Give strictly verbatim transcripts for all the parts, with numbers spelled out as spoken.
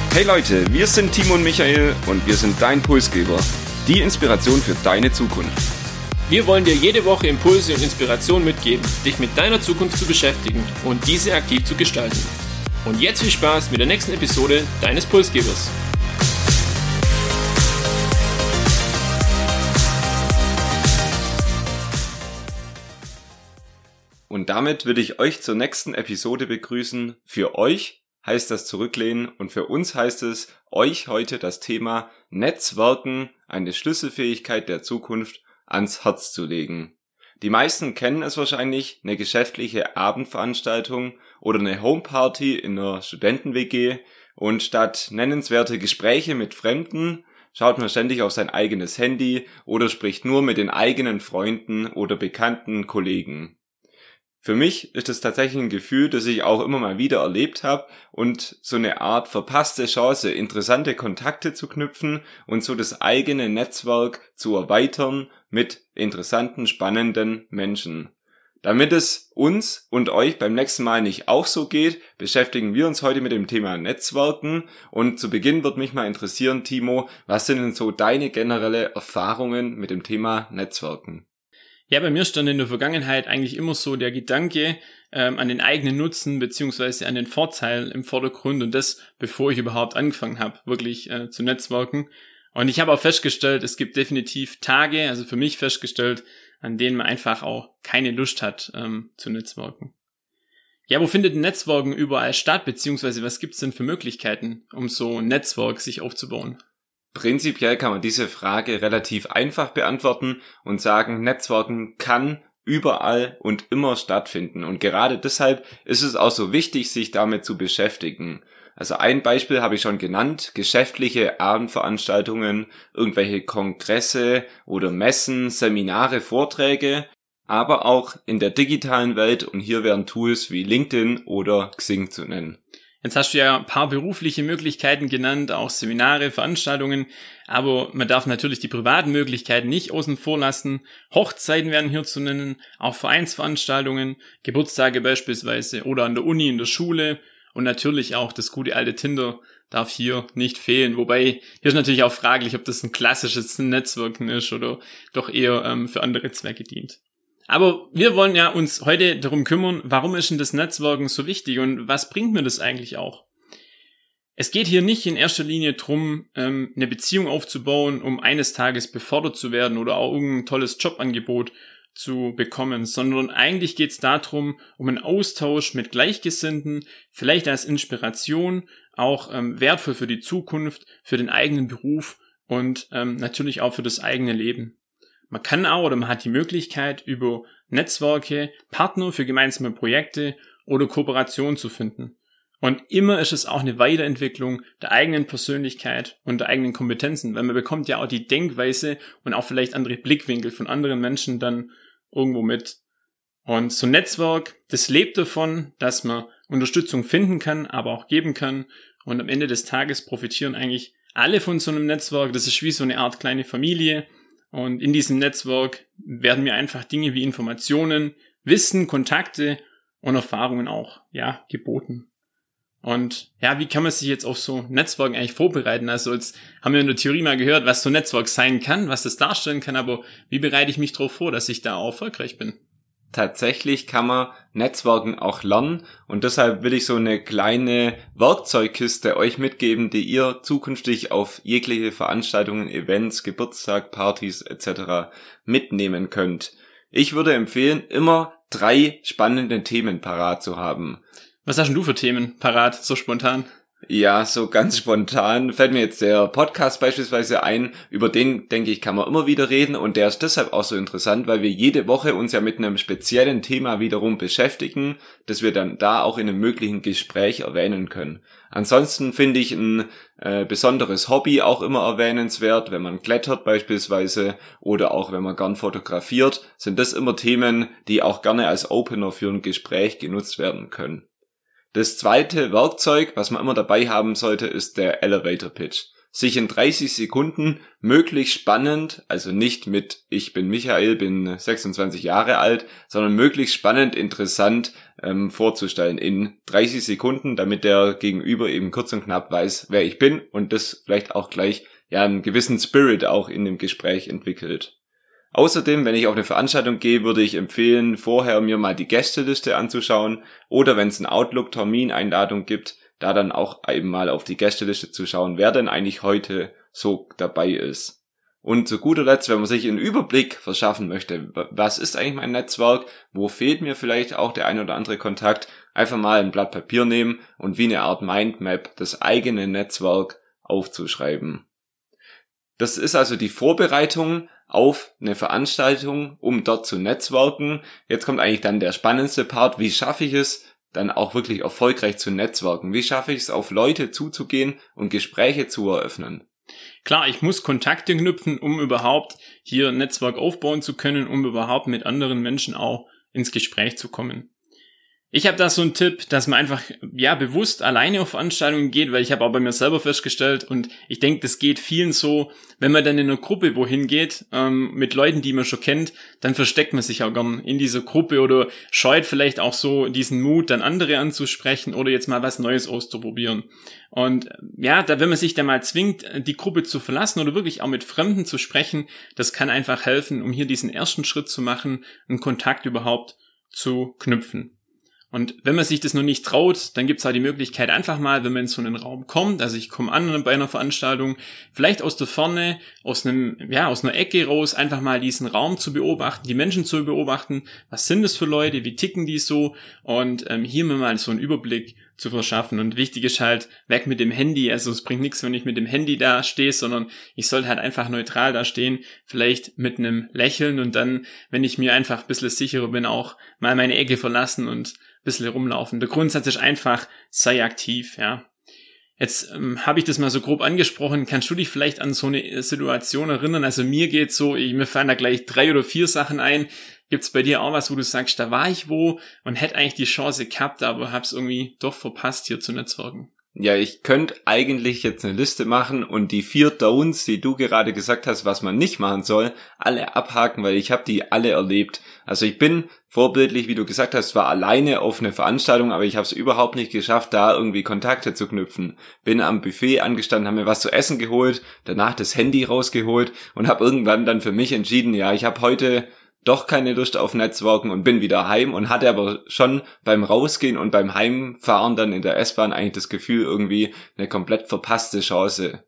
Hey Leute, wir sind Timo und Michael und wir sind dein Pulsgeber, die Inspiration für deine Zukunft. Wir wollen dir jede Woche Impulse und Inspiration mitgeben, dich mit deiner Zukunft zu beschäftigen und diese aktiv zu gestalten. Und jetzt viel Spaß mit der nächsten Episode deines Pulsgebers. Und damit würde ich euch zur nächsten Episode begrüßen. Für euch heißt das Zurücklehnen und für uns heißt es, euch heute das Thema Netzwerken, eine Schlüsselfähigkeit der Zukunft, ans Herz zu legen. Die meisten kennen es wahrscheinlich, eine geschäftliche Abendveranstaltung oder eine Homeparty in einer Studenten-W G und statt nennenswerte Gespräche mit Fremden schaut man ständig auf sein eigenes Handy oder spricht nur mit den eigenen Freunden oder bekannten Kollegen. Für mich ist es tatsächlich ein Gefühl, das ich auch immer mal wieder erlebt habe und so eine Art verpasste Chance, interessante Kontakte zu knüpfen und so das eigene Netzwerk zu erweitern mit interessanten, spannenden Menschen. Damit es uns und euch beim nächsten Mal nicht auch so geht, beschäftigen wir uns heute mit dem Thema Netzwerken und zu Beginn wird mich mal interessieren, Timo, was sind denn so deine generelle Erfahrungen mit dem Thema Netzwerken? Ja, bei mir stand in der Vergangenheit eigentlich immer so der Gedanke ähm, an den eigenen Nutzen beziehungsweise an den Vorteil im Vordergrund und das, bevor ich überhaupt angefangen habe, wirklich äh, zu netzwerken. Und ich habe auch festgestellt, es gibt definitiv Tage, also für mich festgestellt, an denen man einfach auch keine Lust hat ähm, zu netzwerken. Ja, wo findet ein Netzwerken überall statt, beziehungsweise was gibt's denn für Möglichkeiten, um so ein Netzwerk sich aufzubauen? Prinzipiell kann man diese Frage relativ einfach beantworten und sagen, Netzwerken kann überall und immer stattfinden. Und gerade deshalb ist es auch so wichtig, sich damit zu beschäftigen. Also ein Beispiel habe ich schon genannt, geschäftliche Abendveranstaltungen, irgendwelche Kongresse oder Messen, Seminare, Vorträge, aber auch in der digitalen Welt und hier wären Tools wie LinkedIn oder Xing zu nennen. Jetzt hast du ja ein paar berufliche Möglichkeiten genannt, auch Seminare, Veranstaltungen, aber man darf natürlich die privaten Möglichkeiten nicht außen vor lassen. Hochzeiten werden hier zu nennen, auch Vereinsveranstaltungen, Geburtstage beispielsweise oder an der Uni, in der Schule und natürlich auch das gute alte Tinder darf hier nicht fehlen. Wobei, hier ist natürlich auch fraglich, ob das ein klassisches Netzwerken ist oder doch eher ähm, für andere Zwecke dient. Aber wir wollen ja uns heute darum kümmern, warum ist denn das Netzwerken so wichtig und was bringt mir das eigentlich auch? Es geht hier nicht in erster Linie drum, eine Beziehung aufzubauen, um eines Tages befördert zu werden oder auch irgendein tolles Jobangebot zu bekommen, sondern eigentlich geht es darum, um einen Austausch mit Gleichgesinnten, vielleicht als Inspiration, auch wertvoll für die Zukunft, für den eigenen Beruf und natürlich auch für das eigene Leben. Man kann auch oder man hat die Möglichkeit, über Netzwerke Partner für gemeinsame Projekte oder Kooperationen zu finden. Und immer ist es auch eine Weiterentwicklung der eigenen Persönlichkeit und der eigenen Kompetenzen, weil man bekommt ja auch die Denkweise und auch vielleicht andere Blickwinkel von anderen Menschen dann irgendwo mit. Und so ein Netzwerk, das lebt davon, dass man Unterstützung finden kann, aber auch geben kann. Und am Ende des Tages profitieren eigentlich alle von so einem Netzwerk. Das ist wie so eine Art kleine Familie. Und in diesem Netzwerk werden mir einfach Dinge wie Informationen, Wissen, Kontakte und Erfahrungen auch, ja, geboten. Und ja, wie kann man sich jetzt auf so Netzwerken eigentlich vorbereiten? Also jetzt haben wir in der Theorie mal gehört, was so ein Netzwerk sein kann, was das darstellen kann, aber wie bereite ich mich darauf vor, dass ich da auch erfolgreich bin? Tatsächlich kann man Netzwerken auch lernen und deshalb will ich so eine kleine Werkzeugkiste euch mitgeben, die ihr zukünftig auf jegliche Veranstaltungen, Events, Geburtstag, Partys et cetera mitnehmen könnt. Ich würde empfehlen, immer drei spannende Themen parat zu haben. Was hast denn du für Themen parat, so spontan? Ja, so ganz spontan fällt mir jetzt der Podcast beispielsweise ein, über den, denke ich, kann man immer wieder reden und der ist deshalb auch so interessant, weil wir jede Woche uns ja mit einem speziellen Thema wiederum beschäftigen, das wir dann da auch in einem möglichen Gespräch erwähnen können. Ansonsten finde ich ein äh, besonderes Hobby auch immer erwähnenswert, wenn man klettert beispielsweise oder auch wenn man gern fotografiert, sind das immer Themen, die auch gerne als Opener für ein Gespräch genutzt werden können. Das zweite Werkzeug, was man immer dabei haben sollte, ist der Elevator Pitch. Sich in dreißig Sekunden möglichst spannend, also nicht mit ich bin Michael, bin sechsundzwanzig Jahre alt, sondern möglichst spannend, interessant ähm, vorzustellen in dreißig Sekunden, damit der Gegenüber eben kurz und knapp weiß, wer ich bin und das vielleicht auch gleich ja einen gewissen Spirit auch in dem Gespräch entwickelt. Außerdem, wenn ich auf eine Veranstaltung gehe, würde ich empfehlen, vorher mir mal die Gästeliste anzuschauen oder wenn es eine Outlook-Termineinladung gibt, da dann auch eben mal auf die Gästeliste zu schauen, wer denn eigentlich heute so dabei ist. Und zu guter Letzt, wenn man sich einen Überblick verschaffen möchte, was ist eigentlich mein Netzwerk, wo fehlt mir vielleicht auch der ein oder andere Kontakt, einfach mal ein Blatt Papier nehmen und wie eine Art Mindmap das eigene Netzwerk aufzuschreiben. Das ist also die Vorbereitung auf eine Veranstaltung, um dort zu netzwerken. Jetzt kommt eigentlich dann der spannendste Part. Wie schaffe ich es, dann auch wirklich erfolgreich zu netzwerken? Wie schaffe ich es, auf Leute zuzugehen und Gespräche zu eröffnen? Klar, ich muss Kontakte knüpfen, um überhaupt hier ein Netzwerk aufbauen zu können, um überhaupt mit anderen Menschen auch ins Gespräch zu kommen. Ich habe da so einen Tipp, dass man einfach ja bewusst alleine auf Veranstaltungen geht, weil ich habe auch bei mir selber festgestellt und ich denke, das geht vielen so, wenn man dann in einer Gruppe wohin geht, ähm, mit Leuten, die man schon kennt, dann versteckt man sich auch gern in dieser Gruppe oder scheut vielleicht auch so diesen Mut, dann andere anzusprechen oder jetzt mal was Neues auszuprobieren. Und ja, da wenn man sich dann mal zwingt, die Gruppe zu verlassen oder wirklich auch mit Fremden zu sprechen, das kann einfach helfen, um hier diesen ersten Schritt zu machen, einen Kontakt überhaupt zu knüpfen. Und wenn man sich das noch nicht traut, dann gibt es halt die Möglichkeit, einfach mal, wenn man in so einen Raum kommt, also ich komme an bei einer Veranstaltung, vielleicht aus der Ferne, aus einem, ja, aus einer Ecke raus, einfach mal diesen Raum zu beobachten, die Menschen zu beobachten, was sind das für Leute, wie ticken die so und ähm, hier mir mal so einen Überblick zu verschaffen. Und wichtig ist halt, weg mit dem Handy, also es bringt nichts, wenn ich mit dem Handy da stehe, sondern ich sollte halt einfach neutral da stehen, vielleicht mit einem Lächeln und dann, wenn ich mir einfach ein bisschen sicherer bin, auch mal meine Ecke verlassen und bisschen rumlaufen. Der Grundsatz ist einfach, sei aktiv, ja. Jetzt ähm, habe ich das mal so grob angesprochen. Kannst du dich vielleicht an so eine Situation erinnern? Also mir geht's so, ich, mir fallen da gleich drei oder vier Sachen ein. Gibt's bei dir auch was, wo du sagst, da war ich wo und hätte eigentlich die Chance gehabt, aber hab's irgendwie doch verpasst, hier zu netzwerken? Ja, ich könnte eigentlich jetzt eine Liste machen und die vier Downs, die du gerade gesagt hast, was man nicht machen soll, alle abhaken, weil ich habe die alle erlebt. Also ich bin vorbildlich, wie du gesagt hast, zwar alleine auf eine Veranstaltung, aber ich habe es überhaupt nicht geschafft, da irgendwie Kontakte zu knüpfen. Bin am Buffet angestanden, habe mir was zu essen geholt, danach das Handy rausgeholt und habe irgendwann dann für mich entschieden, ja, ich habe heute doch keine Lust auf Netzwerken und bin wieder heim und hatte aber schon beim Rausgehen und beim Heimfahren dann in der S-Bahn eigentlich das Gefühl, irgendwie eine komplett verpasste Chance.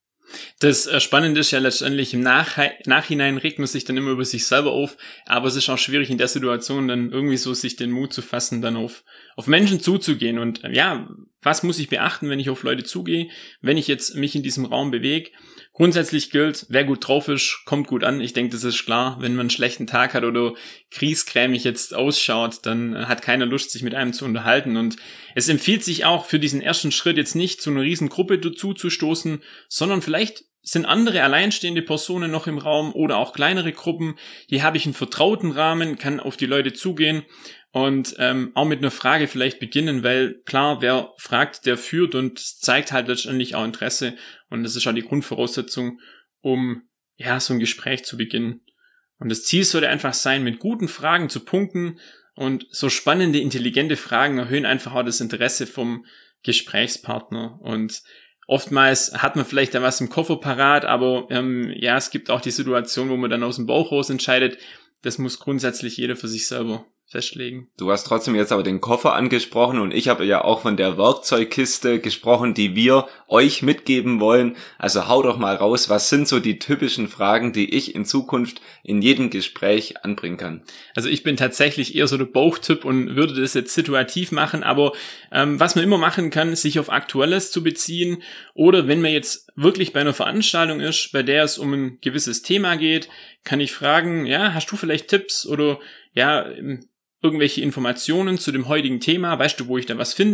Das Spannende ist ja letztendlich, im Nach- Nachhinein regt man sich dann immer über sich selber auf, aber es ist auch schwierig in der Situation dann irgendwie so sich den Mut zu fassen, dann auf, auf Menschen zuzugehen. Und ja, was muss ich beachten, wenn ich auf Leute zugehe, wenn ich jetzt mich in diesem Raum bewege? Grundsätzlich gilt, wer gut drauf ist, kommt gut an. Ich denke, das ist klar. Wenn man einen schlechten Tag hat oder griesgrämig jetzt ausschaut, dann hat keiner Lust, sich mit einem zu unterhalten. Und es empfiehlt sich auch für diesen ersten Schritt jetzt nicht zu einer riesen Gruppe dazu zu stoßen, sondern vielleicht sind andere alleinstehende Personen noch im Raum oder auch kleinere Gruppen. Hier habe ich einen vertrauten Rahmen, kann auf die Leute zugehen und ähm, auch mit einer Frage vielleicht beginnen, weil klar, wer fragt, der führt und zeigt halt letztendlich auch Interesse und das ist auch die Grundvoraussetzung, um ja so ein Gespräch zu beginnen. Und das Ziel sollte einfach sein, mit guten Fragen zu punkten und so spannende, intelligente Fragen erhöhen einfach auch das Interesse vom Gesprächspartner und oftmals hat man vielleicht da was im Koffer parat, aber ähm, ja, es gibt auch die Situation, wo man dann aus dem Bauch raus entscheidet. Das muss grundsätzlich jeder für sich selber festlegen. Du hast trotzdem jetzt aber den Koffer angesprochen und ich habe ja auch von der Werkzeugkiste gesprochen, die wir euch mitgeben wollen. Also hau doch mal raus, was sind so die typischen Fragen, die ich in Zukunft in jedem Gespräch anbringen kann? Also ich bin tatsächlich eher so der Bauchtyp und würde das jetzt situativ machen, aber ähm, was man immer machen kann, ist, sich auf Aktuelles zu beziehen oder wenn man jetzt wirklich bei einer Veranstaltung ist, bei der es um ein gewisses Thema geht, kann ich fragen, ja, hast du vielleicht Tipps oder ja, irgendwelche Informationen zu dem heutigen Thema, weißt du, wo ich da was finde?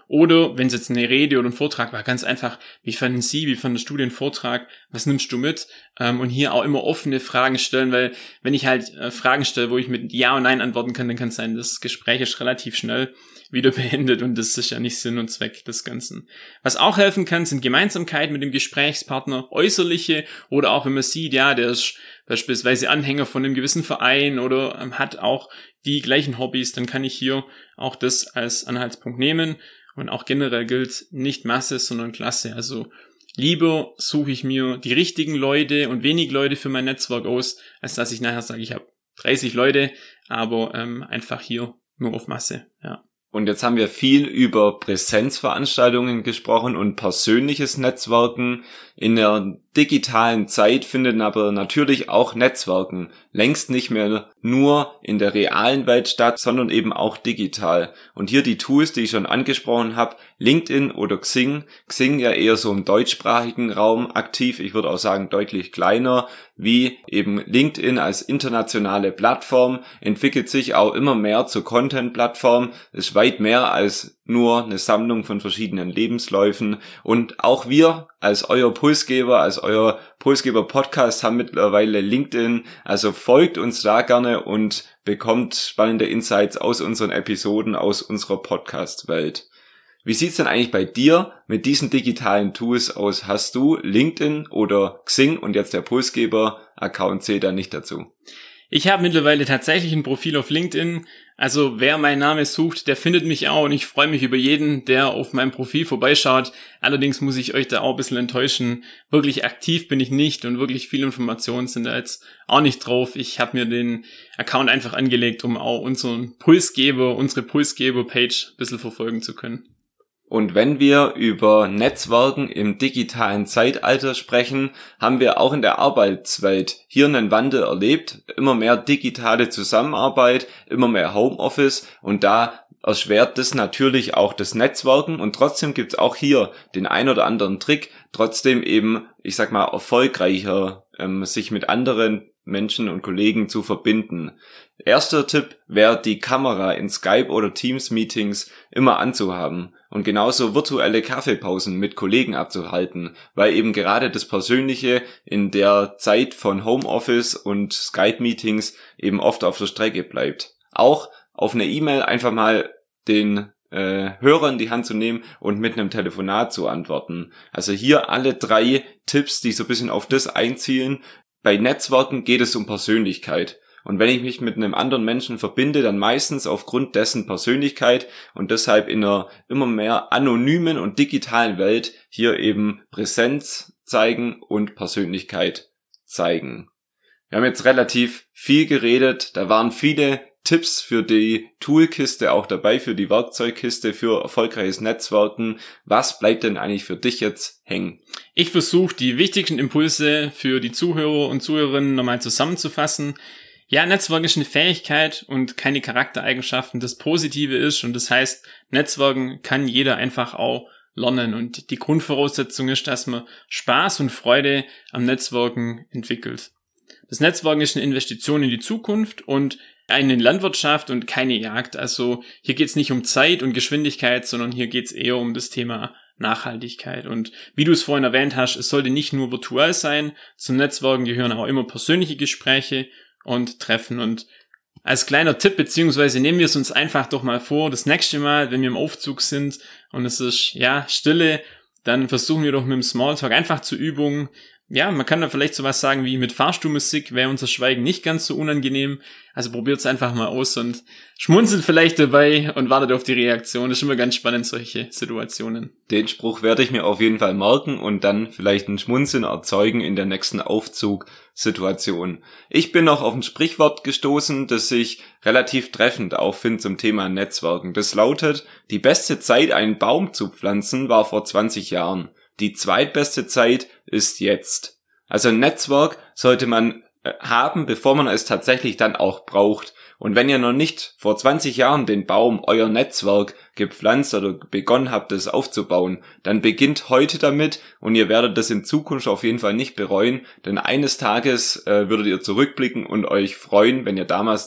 Oder wenn es jetzt eine Rede oder ein Vortrag war, ganz einfach, wie fanden Sie, wie fandest du den Vortrag, was nimmst du mit? Ähm, und hier auch immer offene Fragen stellen, weil wenn ich halt äh, Fragen stelle, wo ich mit Ja und Nein antworten kann, dann kann es sein, das Gespräch ist relativ schnell wieder beendet und das ist ja nicht Sinn und Zweck des Ganzen. Was auch helfen kann, sind Gemeinsamkeiten mit dem Gesprächspartner, äußerliche oder auch wenn man sieht, ja, der ist beispielsweise Anhänger von einem gewissen Verein oder ähm, hat auch die gleichen Hobbys, dann kann ich hier auch das als Anhaltspunkt nehmen. Und auch generell gilt nicht Masse, sondern Klasse. Also lieber suche ich mir die richtigen Leute und wenig Leute für mein Netzwerk aus, als dass ich nachher sage, ich habe dreißig Leute, aber ähm, einfach hier nur auf Masse. Ja. Und jetzt haben wir viel über Präsenzveranstaltungen gesprochen und persönliches Netzwerken. In der digitalen Zeit findet aber natürlich auch Netzwerken längst nicht mehr nur in der realen Welt statt, sondern eben auch digital. Und hier die Tools, die ich schon angesprochen habe, LinkedIn oder Xing. Xing ja eher so im deutschsprachigen Raum aktiv, ich würde auch sagen deutlich kleiner, wie eben LinkedIn als internationale Plattform, entwickelt sich auch immer mehr zur Content-Plattform, ist weit mehr als nur eine Sammlung von verschiedenen Lebensläufen. Und auch wir als euer Pulsgeber, als euer Pulsgeber-Podcast haben mittlerweile LinkedIn, also folgt uns da gerne und bekommt spannende Insights aus unseren Episoden, aus unserer Podcast-Welt. Wie sieht's denn eigentlich bei dir mit diesen digitalen Tools aus? Hast du LinkedIn oder Xing und jetzt der Pulsgeber-Account zählt da nicht dazu? Ich habe mittlerweile tatsächlich ein Profil auf LinkedIn, also wer meinen Namen sucht, der findet mich auch und ich freue mich über jeden, der auf meinem Profil vorbeischaut. Allerdings muss ich euch da auch ein bisschen enttäuschen, wirklich aktiv bin ich nicht und wirklich viele Informationen sind da jetzt auch nicht drauf. Ich habe mir den Account einfach angelegt, um auch unseren Pulsgeber, unsere Pulsgeber-Page ein bisschen verfolgen zu können. Und wenn wir über Netzwerken im digitalen Zeitalter sprechen, haben wir auch in der Arbeitswelt hier einen Wandel erlebt. Immer mehr digitale Zusammenarbeit, immer mehr Homeoffice und da erschwert das natürlich auch das Netzwerken und trotzdem gibt's auch hier den ein oder anderen Trick, trotzdem eben, ich sag mal, erfolgreicher ähm, sich mit anderen Menschen und Kollegen zu verbinden. Erster Tipp wäre, die Kamera in Skype oder Teams-Meetings immer anzuhaben und genauso virtuelle Kaffeepausen mit Kollegen abzuhalten, weil eben gerade das Persönliche in der Zeit von Homeoffice und Skype-Meetings eben oft auf der Strecke bleibt. Auch auf eine E-Mail einfach mal den äh, Hörer in die Hand zu nehmen und mit einem Telefonat zu antworten. Also hier alle drei Tipps, die so ein bisschen auf das einzielen. Bei Netzwerken geht es um Persönlichkeit. Und wenn ich mich mit einem anderen Menschen verbinde, dann meistens aufgrund dessen Persönlichkeit und deshalb in einer immer mehr anonymen und digitalen Welt hier eben Präsenz zeigen und Persönlichkeit zeigen. Wir haben jetzt relativ viel geredet, da waren viele Tipps für die Toolkiste auch dabei, für die Werkzeugkiste, für erfolgreiches Netzwerken. Was bleibt denn eigentlich für dich jetzt hängen? Ich versuche, die wichtigsten Impulse für die Zuhörer und Zuhörerinnen nochmal zusammenzufassen. Ja, Netzwerken ist eine Fähigkeit und keine Charaktereigenschaften. Das Positive ist, und das heißt, Netzwerken kann jeder einfach auch lernen. Und die Grundvoraussetzung ist, dass man Spaß und Freude am Netzwerken entwickelt. Das Netzwerken ist eine Investition in die Zukunft und eine Landwirtschaft und keine Jagd. Also hier geht es nicht um Zeit und Geschwindigkeit, sondern hier geht es eher um das Thema Nachhaltigkeit. Und wie du es vorhin erwähnt hast, es sollte nicht nur virtuell sein. Zum Netzwerken gehören auch immer persönliche Gespräche und Treffen. Und als kleiner Tipp, beziehungsweise nehmen wir es uns einfach doch mal vor, das nächste Mal, wenn wir im Aufzug sind und es ist, ja, Stille, dann versuchen wir doch mit dem Smalltalk einfach zur Übung. Ja, man kann da vielleicht sowas sagen wie mit Fahrstuhlmusik wäre unser Schweigen nicht ganz so unangenehm. Also probiert es einfach mal aus und schmunzelt vielleicht dabei und wartet auf die Reaktion. Das ist immer ganz spannend, solche Situationen. Den Spruch werde ich mir auf jeden Fall merken und dann vielleicht ein Schmunzeln erzeugen in der nächsten Aufzugsituation. Ich bin noch auf ein Sprichwort gestoßen, das ich relativ treffend auch finde zum Thema Netzwerken. Das lautet, die beste Zeit, einen Baum zu pflanzen, war vor zwanzig Jahren. Die zweitbeste Zeit ist jetzt. Also ein Netzwerk sollte man haben, bevor man es tatsächlich dann auch braucht. Und wenn ihr noch nicht vor zwanzig Jahren den Baum, euer Netzwerk, gepflanzt oder begonnen habt, es aufzubauen, dann beginnt heute damit und ihr werdet das in Zukunft auf jeden Fall nicht bereuen, denn eines Tages äh, würdet ihr zurückblicken und euch freuen, wenn ihr damals dann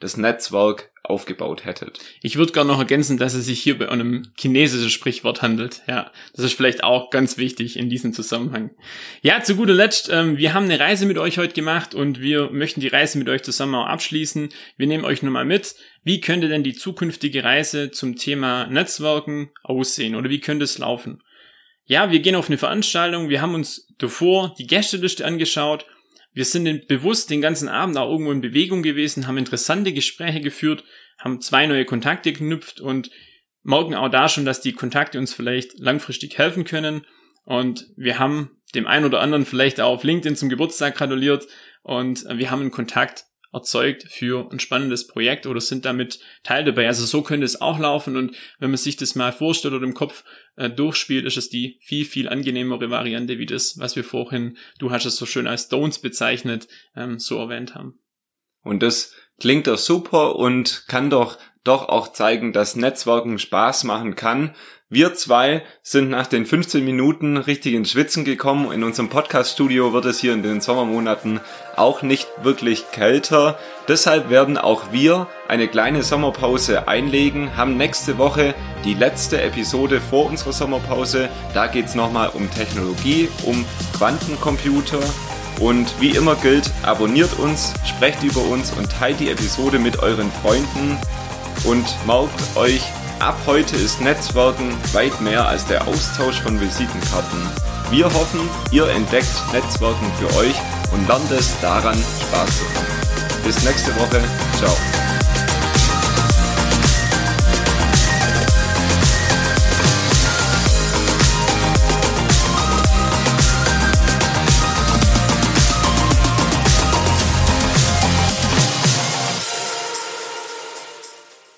das Netzwerk aufgebaut hättet. Ich würde gar noch ergänzen, dass es sich hier bei einem chinesischen Sprichwort handelt. Ja, das ist vielleicht auch ganz wichtig in diesem Zusammenhang. Ja, zu guter Letzt, ähm, wir haben eine Reise mit euch heute gemacht und wir möchten die Reise mit euch zusammen auch abschließen. Wir nehmen euch nochmal mit, wie könnte denn die zukünftige Reise zum Thema Netzwerken aussehen oder wie könnte es laufen? Ja, wir gehen auf eine Veranstaltung, wir haben uns davor die Gästeliste angeschaut. Wir sind bewusst den ganzen Abend auch irgendwo in Bewegung gewesen, haben interessante Gespräche geführt, haben zwei neue Kontakte geknüpft und merken auch da schon, dass die Kontakte uns vielleicht langfristig helfen können. Und wir haben dem einen oder anderen vielleicht auch auf LinkedIn zum Geburtstag gratuliert und wir haben einen Kontakt erzeugt für ein spannendes Projekt oder sind damit Teil dabei. Also so könnte es auch laufen und wenn man sich das mal vorstellt oder im Kopf äh, durchspielt, ist es die viel, viel angenehmere Variante wie das, was wir vorhin, du hast es so schön als Don'ts bezeichnet, ähm, so erwähnt haben. Und das klingt doch super und kann doch doch auch zeigen, dass Netzwerken Spaß machen kann. Wir zwei sind nach den fünfzehn Minuten richtig ins Schwitzen gekommen. In unserem Podcast-Studio wird es hier in den Sommermonaten auch nicht wirklich kälter. Deshalb werden auch wir eine kleine Sommerpause einlegen, haben nächste Woche die letzte Episode vor unserer Sommerpause. Da geht's nochmal um Technologie, um Quantencomputer. Und wie immer gilt, abonniert uns, sprecht über uns und teilt die Episode mit euren Freunden. Und merkt euch, ab heute ist Netzwerken weit mehr als der Austausch von Visitenkarten. Wir hoffen, ihr entdeckt Netzwerken für euch und lernt es daran, Spaß zu haben. Bis nächste Woche. Ciao.